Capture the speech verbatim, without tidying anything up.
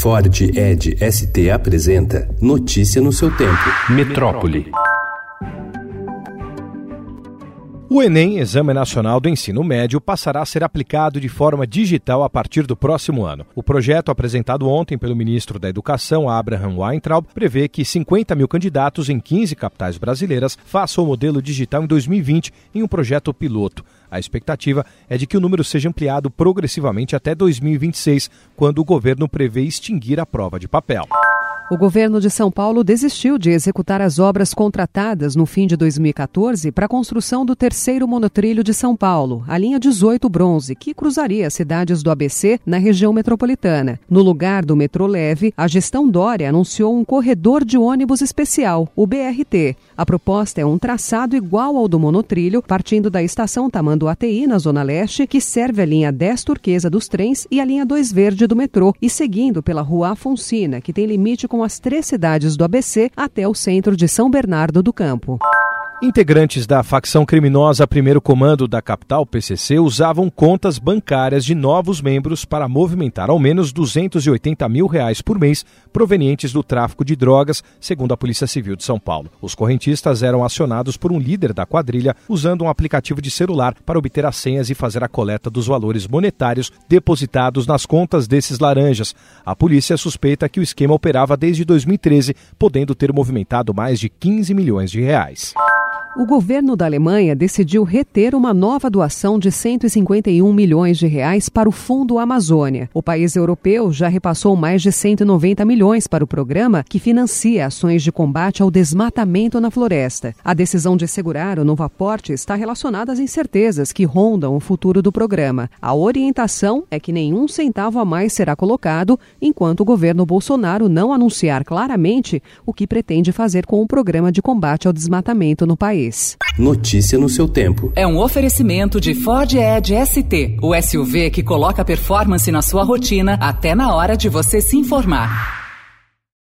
Ford Edge S T apresenta Notícia no seu tempo. Metrópole. O Enem, Exame Nacional do Ensino Médio, passará a ser aplicado de forma digital a partir do próximo ano. O projeto, apresentado ontem pelo ministro da Educação, Abraham Weintraub, prevê que cinquenta mil candidatos em quinze capitais brasileiras façam o modelo digital em dois mil e vinte em um projeto piloto. A expectativa é de que o número seja ampliado progressivamente até dois mil e vinte e seis, quando o governo prevê extinguir a prova de papel. O governo de São Paulo desistiu de executar as obras contratadas no fim de dois mil e catorze para a construção do terceiro monotrilho de São Paulo, a linha dezoito Bronze, que cruzaria as cidades do A B C na região metropolitana. No lugar do metrô leve, a gestão Dória anunciou um corredor de ônibus especial, o B R T. A proposta é um traçado igual ao do monotrilho, partindo da estação Tamanduateí, na Zona Leste, que serve a linha dez turquesa dos trens e a linha dois verde do metrô, e seguindo pela Rua Afonsina, que tem limite com as três cidades do A B C até o centro de São Bernardo do Campo. Integrantes da facção criminosa Primeiro Comando da capital, P C C, usavam contas bancárias de novos membros para movimentar ao menos duzentos e oitenta mil reais por mês provenientes do tráfico de drogas, segundo a Polícia Civil de São Paulo. Os correntistas eram acionados por um líder da quadrilha usando um aplicativo de celular para obter as senhas e fazer a coleta dos valores monetários depositados nas contas desses laranjas. A polícia suspeita que o esquema operava desde dois mil e treze, podendo ter movimentado mais de quinze milhões de reais. O governo da Alemanha decidiu reter uma nova doação de cento e cinquenta e um milhões de reais para o Fundo Amazônia. O país europeu já repassou mais de cento e noventa milhões para o programa que financia ações de combate ao desmatamento na floresta. A decisão de segurar o novo aporte está relacionada às incertezas que rondam o futuro do programa. A orientação é que nenhum centavo a mais será colocado enquanto o governo Bolsonaro não anunciar claramente o que pretende fazer com o programa de combate ao desmatamento no país. Notícia no seu tempo. É um oferecimento de Ford Edge S T, o S U V que coloca performance na sua rotina até na hora de você se informar.